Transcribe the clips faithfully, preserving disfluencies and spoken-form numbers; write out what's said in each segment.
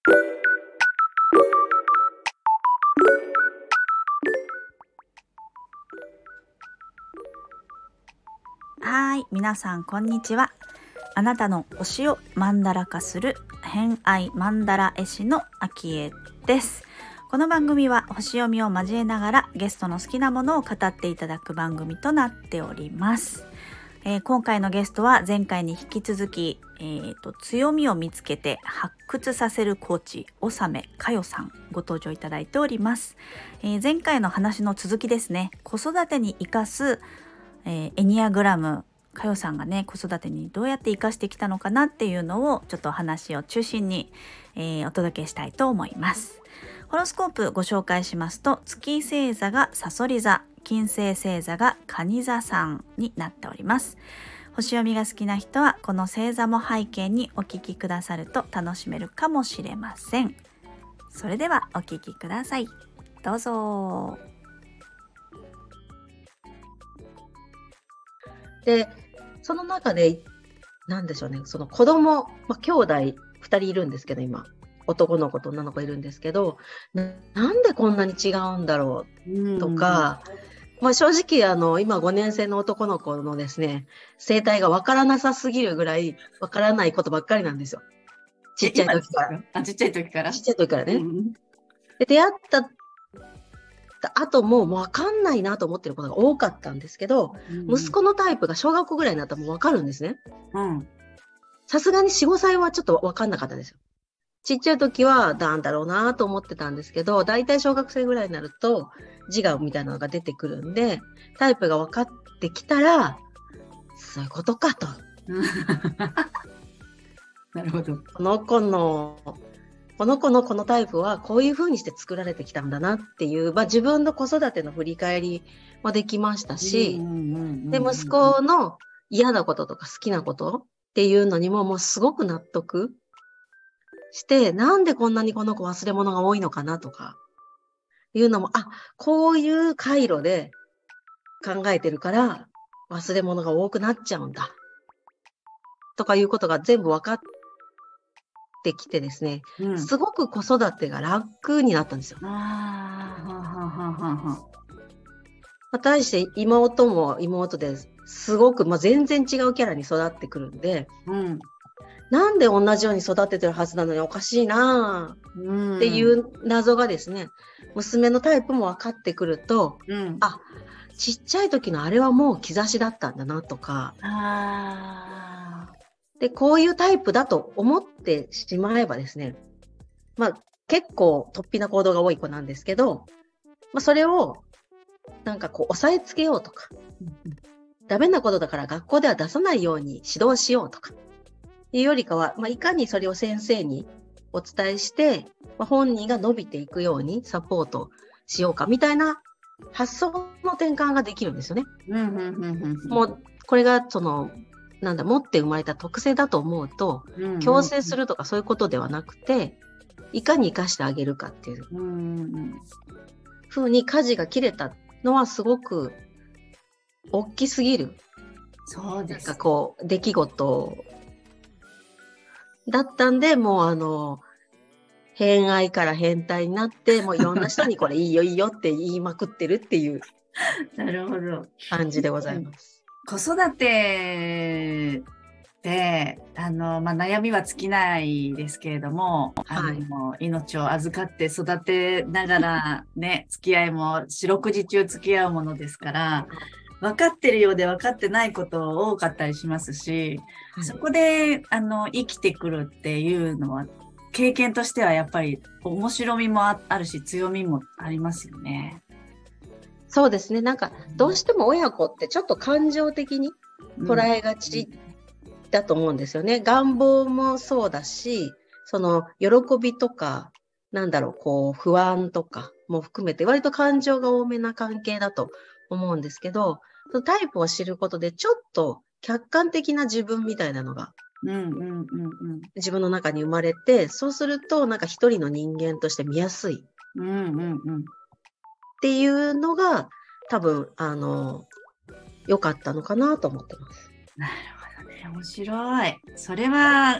はい、皆さんこんにちは。あなたの推しをマンダラ化する偏愛マンダラ絵師のあきえです。この番組は星読みを交えながらゲストの好きなものを語っていただく番組となっております。えー、今回のゲストは前回に引き続き、えーと、強みを見つけて発掘させるコーチ長目佳代さんご登場いただいております。えー、前回の話の続きですね。子育てに生かす、えー、エニアグラム、佳代さんがね子育てにどうやって生かしてきたのかなっていうのをちょっと話を中心に、えー、お届けしたいと思います。ホロスコープご紹介しますと、月星座がさそり座、金星星座が蟹座さんになっております。星読みが好きな人はこの星座も背景にお聞きくださると楽しめるかもしれません。それではお聞きください。どうぞ。 で、その中でなんでしょうね、その子供、まあ、兄弟ふたりいるんですけど、今男の子と女の子いるんですけど、な, なんでこんなに違うんだろうとか、まあ、正直あの今ごねん生の男の子のですね生態がわからなさすぎるぐらいわからないことばっかりなんですよ。ちっちゃい時からあちっちゃい時からちっちゃい時からね、うん、で出会ったあともう分かんないなと思ってることが多かったんですけど、うん、息子のタイプが小学校ぐらいになったらもう分かるんですね。さすがに よん、ごさいはちょっと分かんなかったですよ。ちっちゃい時はなんだろうなと思ってたんですけど、だいたい小学生ぐらいになると自我みたいなのが出てくるんで、タイプが分かってきたらそういうことかとなるほど。 この子のこの子のこのタイプはこういう風にして作られてきたんだなっていう、まあ、自分の子育ての振り返りもできましたし、で息子の嫌なこととか好きなことっていうのにももうすごく納得して、なんでこんなにこの子忘れ物が多いのかなとかいうのも、あ、こういう回路で考えてるから忘れ物が多くなっちゃうんだとかいうことが全部分かってきてですね、うん、すごく子育てが楽になったんですよ。あはははは対して妹も妹ですごく、まあ、全然違うキャラに育ってくるんで、うん、なんで同じように育ててるはずなのにおかしいなっていう謎がですね、娘のタイプも分かってくると、うん、あ、ちっちゃい時のあれはもう兆しだったんだなとか、あでこういうタイプだと思ってしまえばですね、まあ結構突飛な行動が多い子なんですけど、まあ、それをなんかこう押さえつけようとか、うん、ダメなことだから学校では出さないように指導しようとかいうよりかは、まあ、いかにそれを先生にお伝えして、まあ、本人が伸びていくようにサポートしようかみたいな発想の転換ができるんですよね。もうこれがそのなんだ持って生まれた特性だと思うと、うんうん、強制するとかそういうことではなくて、いかに生かしてあげるかっていう、うんうん、風に舵が切れたのはすごく大きすぎる、そうです、なんかこう出来事だったんで、もうあの偏愛から変態になって、もういろんな人にこれいいよいいよって言いまくってるっていうなるほど感じでございます。 子育てであの、まあ、悩みは尽きないですけれども、はい、あの命を預かって育てながらね付き合いも四六時中付き合うものですから、分かってるようで分かってないこと多かったりしますし、はい、そこであの生きてくるっていうのは経験としてはやっぱり面白みもあるし強みもありますよね。 そうですね。なんかどうしても親子ってちょっと感情的に捉えがちだと思うんですよね。うん、願望もそうだし、その喜びとかなんだろうこう不安とかも含めて割と感情が多めな関係だと思うんですけど、そのタイプを知ることでちょっと客観的な自分みたいなのがうんうんうんうん、自分の中に生まれて、そうするとなんか一人の人間として見やすい、うんうんうん、っていうのが多分あの良かったのかなと思ってます。 なるほどね、面白い。それは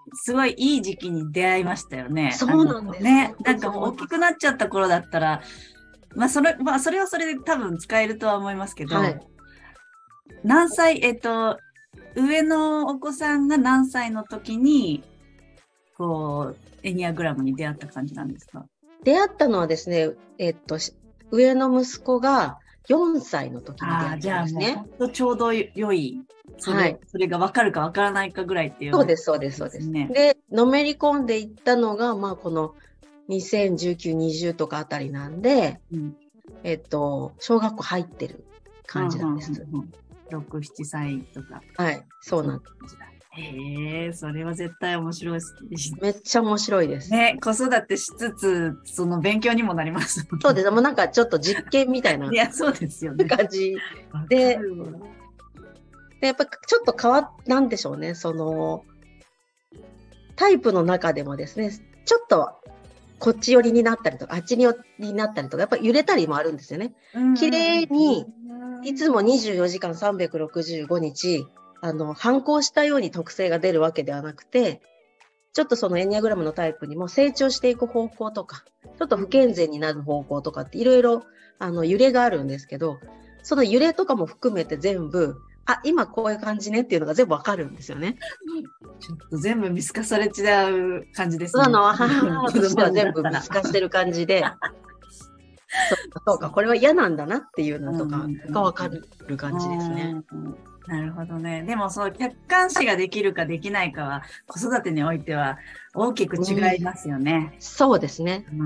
すごいいい時期に出会いましたよね。 そうなんですね。なんかもう大きくなっちゃった頃だったら、まあそれ、まあそれはそれで多分使えるとは思いますけど、 はい、 何歳、えっと、上のお子さんが何歳の時に、こう、エニアグラムに出会った感じなんですか？ 出会ったのはですね、えっと、上の息子がよんさいの時に出会ったんですね。 ああ、じゃあもう本当ちょうど良い。それ、はい、それが分かるか分からないかぐらいっていう、 ね。そうです、そうです、そうです。で、のめり込んでいったのが、まあ、このにせんじゅうきゅう、にじゅうとかあたりなんで、うん、えっと、小学校入ってる感じなんです。うんうんうん、 ろく、ななさいとか。 はい、そうなんです。 へえ、それは絶対面白いです。 めっちゃ面白いです。 ね、子育てしつつ、その勉強にもなります。 そうです。もうなんかちょっと実験みたいな。 いや、そうですよね。 感じで、で、やっぱちょっと変わったんでしょうね。その、タイプの中でもですね、ちょっとこっち寄りになったりとか、あっちに寄りになったりとか、やっぱ揺れたりもあるんですよね。綺麗に、いつもにじゅうよじかんさんびゃくろくじゅうごにち、あの、反抗したように特性が出るわけではなくて、ちょっとそのエニアグラムのタイプにも成長していく方向とか、ちょっと不健全になる方向とかっていろいろ、あの、揺れがあるんですけど、その揺れとかも含めて全部、あ、今こういう感じねっていうのが全部わかるんですよね。 ちょっと全部見透かされちゃう感じですね。 あの、母としては全部見透かしてる感じで、そうそうか、これは嫌なんだなっていうのとかがわかる感じですね。 なるほどね。でも、その客観視ができるかできないかは、子育てにおいては大きく違いますよね。 うん、そうですね。 うん。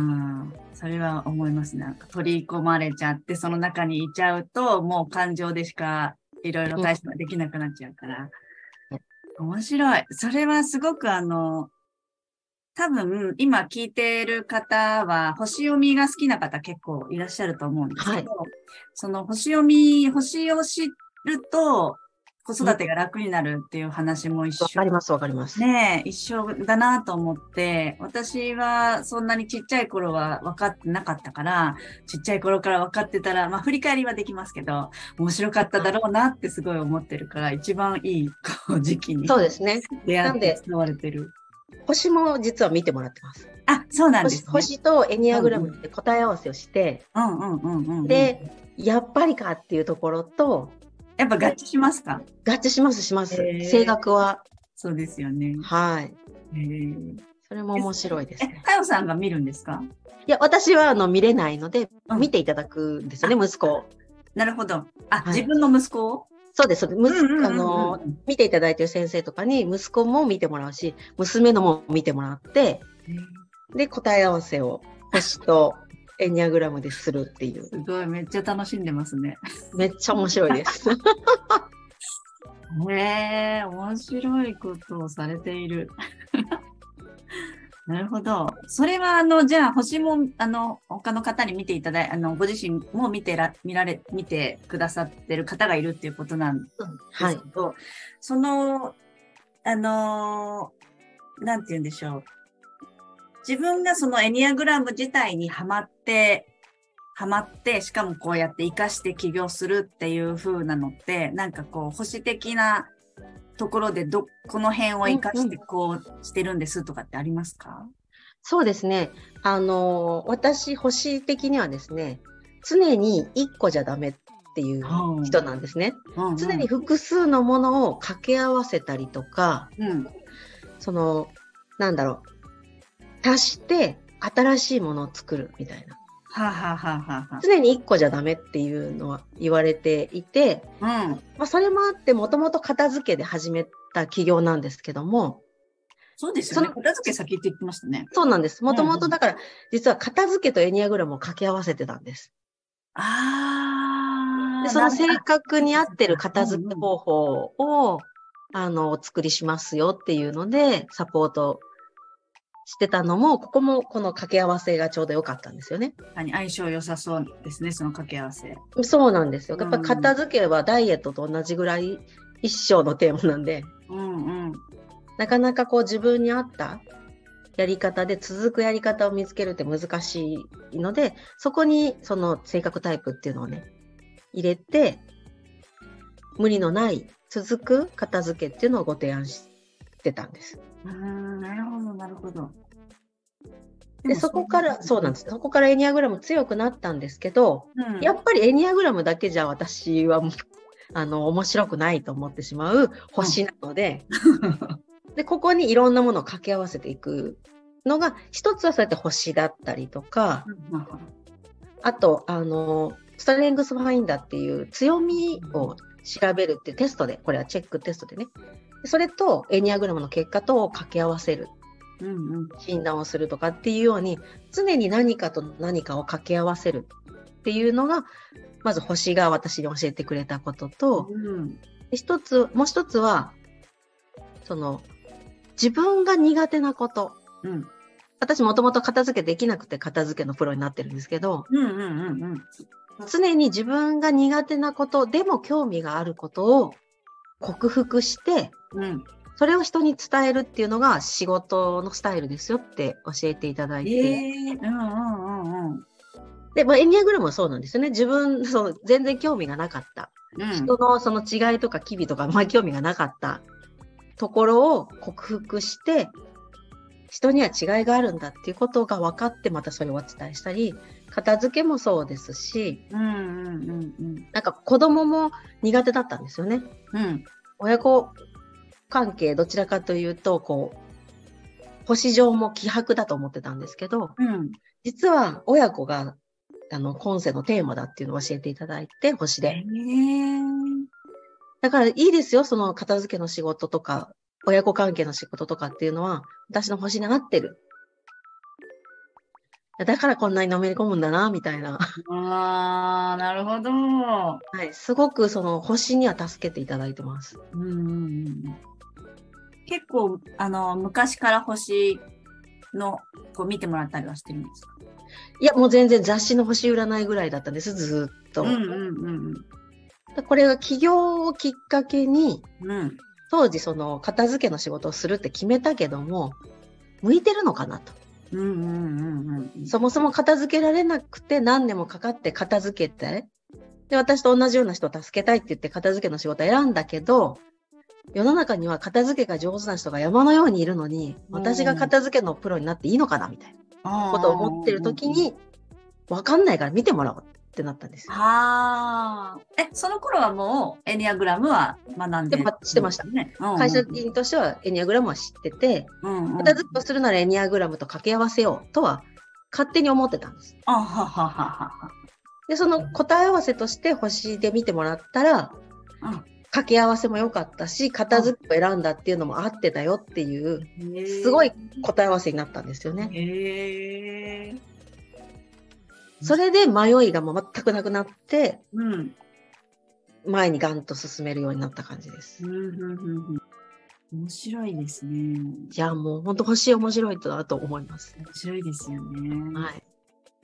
それは思いますね。なんか取り込まれちゃって、その中にいちゃうと、もう感情でしかいろいろ対処ができなくなっちゃうから。うん、面白い。それはすごくあの、多分、今聞いてる方は、星読みが好きな方結構いらっしゃると思うんですけど、はい、その星読み、星を知ると、子育てが楽になるっていう話も一緒。 わかります、わかります。 ねえ、一緒だなと思って、私はそんなにちっちゃい頃は分かってなかったから、ちっちゃい頃から分かってたら、まあ振り返りはできますけど、面白かっただろうなってすごい思ってるから、一番いい時期に。 そうですね。 出会って伝われてる。 星も実は見てもらってます。 あ、そうなんですね。 星とエニアグラムで答え合わせをして、 うんうんうんうん、 で、やっぱりかっていうところと、 やっぱ合致しますか？ 合致します、します。性格は。 そうですよね。 はい。それも面白いですね。 え、かよさんが見るんですか？ いや、私はあの見れないので、うん、見ていただくんですよね、息子。 なるほど。あ、はい、自分の息子を？ そうです、そうです。あの、見ていただいている先生とかに、息子も見てもらうし、娘のも見てもらって、で、答え合わせを星とエニアグラムでするっていう。 すごい、めっちゃ楽しんでますね。 めっちゃ面白いです。 へえ、面白いことをされている。なるほど。それは、あの、じゃあ、星も、あの、他の方に見ていただい、あの、ご自身も見てら、見られ、見てくださってる方がいるっていうことなんですけど、うん、はい、その、あの、なんて言うんでしょう。自分がそのエニアグラム自体にハマって、ハマって、しかもこうやって活かして起業するっていう風なのって、なんかこう、保守的なところでど、この辺を活かしてこうしてるんですとかってありますか？うんうん、 そうですね。あの、私、保守的にはですね、常に一個じゃダメっていう人なんですね。うんうん、常に複数のものを掛け合わせたりとか、うん、その、なんだろう、足して新しいものを作るみたいな。 はあ、はあはあはあ、 常に一個じゃダメっていうのは言われていて、うん、まあ、それもあってもともと片付けで始めた起業なんですけども。 そうですよね。片付け先って言ってましたね。 そうなんです。もともとだから、うんうん、実は片付けとエニアグラムを掛け合わせてたんです。 ああ。 で、その性格に合ってる片付け方法を、あの、お作りしますよっていうので、サポートしてたのも、ここもこの掛け合わせがちょうど良かったんですよね。 相性良さそうですね、その掛け合わせ。 そうなんですよ。やっぱり片付けはダイエットと同じぐらい一生のテーマなんで、うんうん、なかなかこう自分に合ったやり方で続くやり方を見つけるって難しいので、そこにその性格タイプっていうのをね、入れて、無理のない続く片付けっていうのをご提案してたんです。 うーん、なるほどなるほど。 で、そこから、そうなんです。そこからエニアグラム強くなったんですけど、 うん、 やっぱりエニアグラムだけじゃ私は、あの、面白くないと思ってしまう星なので、うん、で、ここにいろんなものを掛け合わせていくのが、一つはそうやって星だったりとか、うん、あと、あの、ストレングスファインダーっていう強みを調べるっていうテストで、これはチェックテストでね、それとエニアグラムの結果と掛け合わせる。うんうん、診断をするとかっていうように常に何かと何かを掛け合わせるっていうのがまず星が私に教えてくれたことと、うん、一つもう一つはその自分が苦手なこと、うん、私もともと片付けできなくて片付けのプロになってるんですけど、うんうんうんうん、常に自分が苦手なことでも興味があることを克服して、うん、それを人に伝えるっていうのが仕事のスタイルですよって教えていただいて。えーうんうんうん、で、まあ、エニアグラムはそうなんですよね。自分、その全然興味がなかった。うん、人のその違いとか機微とか、まあ、興味がなかったところを克服して、人には違いがあるんだっていうことが分かって、またそれをお伝えしたり、片付けもそうですし、うんうんうんうん、なんか子供も苦手だったんですよね。うん、親子関係どちらかというとこう星上も希薄だと思ってたんですけど、うん、実は親子があの今世のテーマだっていうのを教えていただいて星で、だからいいですよ、その片付けの仕事とか親子関係の仕事とかっていうのは私の星に合ってる、だからこんなにのめり込むんだなみたいな。あー、なるほど。はい、すごくその星には助けていただいてます。うんうんうん、 結構あの昔から星のこう見てもらったりはしてるんですか？ いやもう全然雑誌の星占いぐらいだったんです、ずっと。うんうんうんうん、これが起業をきっかけに、うん、当時その片付けの仕事をするって決めたけども向いてるのかなと。うんうんうんうん、そもそも片付けられなくて何年もかかって片付けて、で私と同じような人を助けたいって言って片付けの仕事を選んだけど、世の中には片付けが上手な人が山のようにいるのに、私が片付けのプロになっていいのかなみたいなことを思ってる時に、分かんないから見てもらおうってなったんです。 はあ。え、その頃はもうエニアグラムは学んで、 ね、してました、ね、うんうん、会社員としてはエニアグラムは知ってて、うんうん、片付けをするならエニアグラムと掛け合わせようとは勝手に思ってたんです。あはははは。で、その答え合わせとして星で見てもらったら、うん、掛け合わせも良かったし、片付けを選んだっていうのも合ってたよっていう、すごい答え合わせになったんですよね。へー。それで迷いがもう全くなくなって、うん、前にガンと進めるようになった感じです。うんうんうんうん、 面白いですね。 いやもう本当星面白いだと思います。 面白いですよね。はい。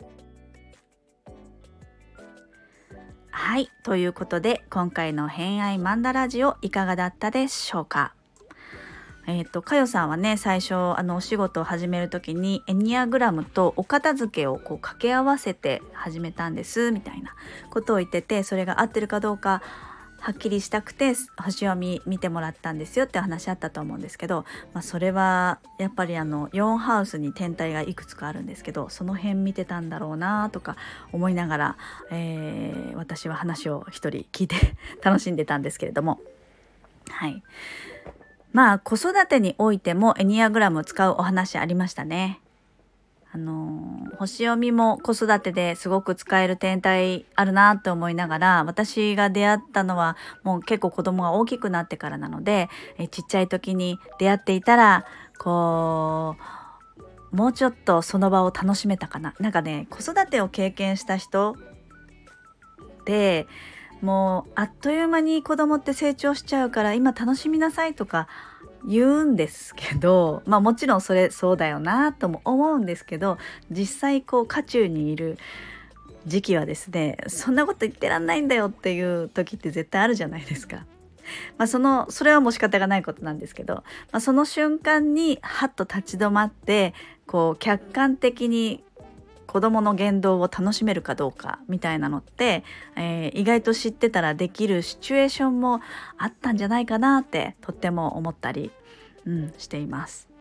はい、ということで今回の偏愛マンダラジオいかがだったでしょうか。えーと、かよさんはね最初あのお仕事を始める時にエニアグラムとお片付けをこう掛け合わせて始めたんですみたいなことを言ってて、それが合ってるかどうかはっきりしたくて星読み見てもらったんですよって話あったと思うんですけど、まあ、それはやっぱりあのよんハウスに天体がいくつかあるんですけど、その辺見てたんだろうなとか思いながら、えー、私は話を一人聞いて楽しんでたんですけれども、はい、まあ子育てにおいてもエニアグラムを使うお話ありましたね。あのー、星読みも子育てですごく使える天体あるなと思いながら、私が出会ったのはもう結構子供が大きくなってからなので、えちっちゃい時に出会っていたらこうもうちょっとその場を楽しめたかな。なんかね、子育てを経験した人でもうあっという間に子供って成長しちゃうから今楽しみなさいとか言うんですけど、まあもちろんそれそうだよなとも思うんですけど、実際こう渦中にいる時期はですね、そんなこと言ってらんないんだよっていう時って絶対あるじゃないですか。まあそのそれはもう仕方がないことなんですけど、まあ、その瞬間にハッと立ち止まってこう客観的に子どもの言動を楽しめるかどうかみたいなのって、えー、意外と知ってたらできるシチュエーションもあったんじゃないかなってとっても思ったり、うん、しています。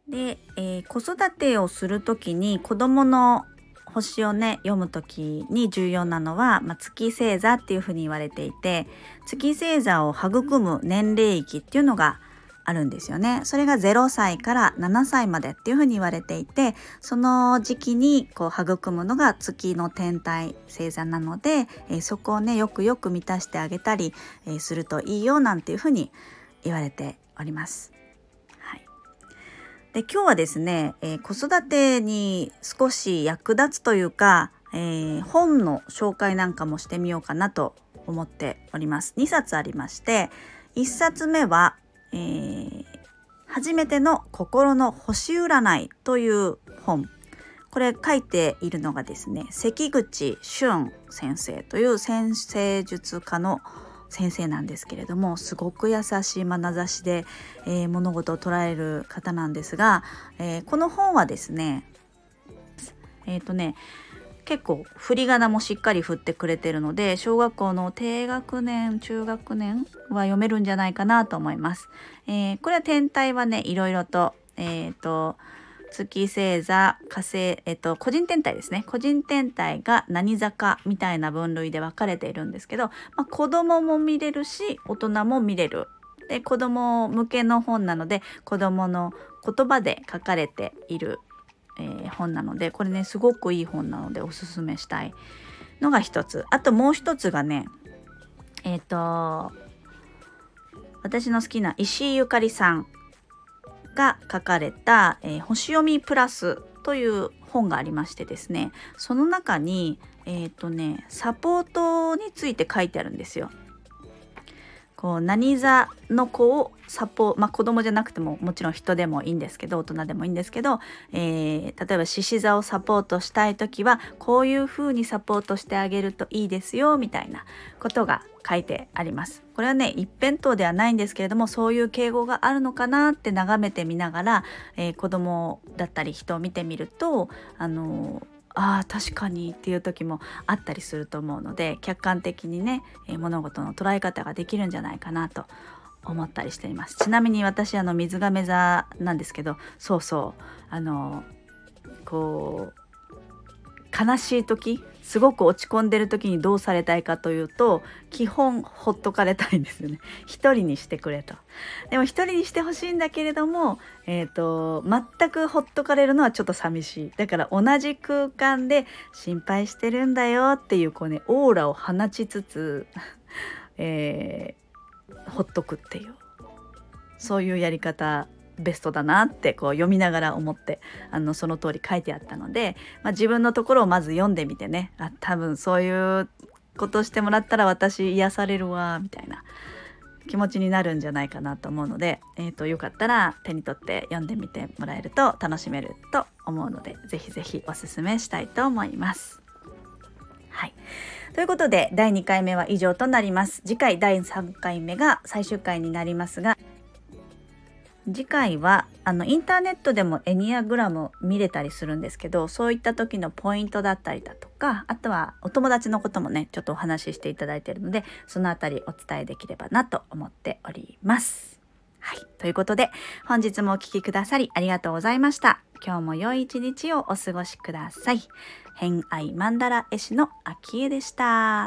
で、えー子育てをするときに子どもの星をね読むときに重要なのは、まあ、月星座っていうふうに言われていて、月星座を育む年齢域っていうのがあるんですよね。それがゼロさいからななさいまでっていうふうに言われていて、その時期にこう育むのが月の天体星座なので、えーそこをねよくよく満たしてあげたり、えーするといいよなんていうふうに言われております。はい、で今日はですね、えー子育てに少し役立つというか、えー本の紹介なんかもしてみようかなと思っております。にさつありまして、いっさつめは、えー初めての心の星占いという本。これ書いているのがですね、関口俊先生という占星術家の先生なんですけれども、すごく優しい眼差しで、えー物事を捉える方なんですが、えーこの本はですねえっ、とね結構振り仮名もしっかり振ってくれてるので、小学校の低学年中学年は読めるんじゃないかなと思います。えーこれは天体はねいろいろとえっ、と月星座火星、えっと個人天体ですね、個人天体が何座かみたいな分類で分かれているんですけど、まあ、子供も見れるし大人も見れる。で子供向けの本なので子供の言葉で書かれているえー本なので、これねすごくいい本なのでおすすめしたいのが一つ。あともう一つがねえっ、と私の好きな石井ゆかりさんが書かれた、えー星読みプラスという本がありましてですね、その中にえっ、とねサポートについて書いてあるんですよ。こう何座の子をサポーまあ子供じゃなくてももちろん人でもいいんですけど、大人でもいいんですけど、えー例えば獅子座をサポートしたいときはこういう風にサポートしてあげるといいですよみたいなことが書いてあります。これはね一辺倒ではないんですけれども、そういう傾向があるのかなって眺めてみながら、えー子供だったり人を見てみると、あのーあー確かにっていう時もあったりすると思うので、客観的にね、えー物事の捉え方ができるんじゃないかなと思ったりしています。ちなみに私あの水亀座なんですけど、そうそうあのこう悲しい時、すごく落ち込んでる時にどうされたいかというと、基本ほっとかれたいんですよね。一人にしてくれと。でも一人にしてほしいんだけれども、えーと、全くほっとかれるのはちょっと寂しい。だから同じ空間で心配してるんだよっていうこうねオーラを放ちつつ、えーほっとくっていう、そういうやり方ベストだなってこう読みながら思って、あのその通り書いてあったので、まあ、自分のところをまず読んでみてね、あ多分そういうことしてもらったら私癒されるわみたいな気持ちになるんじゃないかなと思うので、えーと、よかったら手に取って読んでみてもらえると楽しめると思うので、ぜひぜひおすすめしたいと思います。はい、ということでだいにかいめは以上となります。次回だいさんかいめが最終回になりますが、次回はあのインターネットでもエニアグラム見れたりするんですけど、そういった時のポイントだったりだとか、あとはお友達のこともねちょっとお話ししていただいているので、そのあたりお伝えできればなと思っております。はい、ということで本日もお聞きくださりありがとうございました。今日も良い一日をお過ごしください。偏愛マンダラ絵師のあきえでした。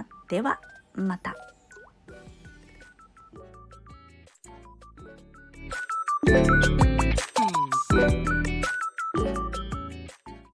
ではまた。 うん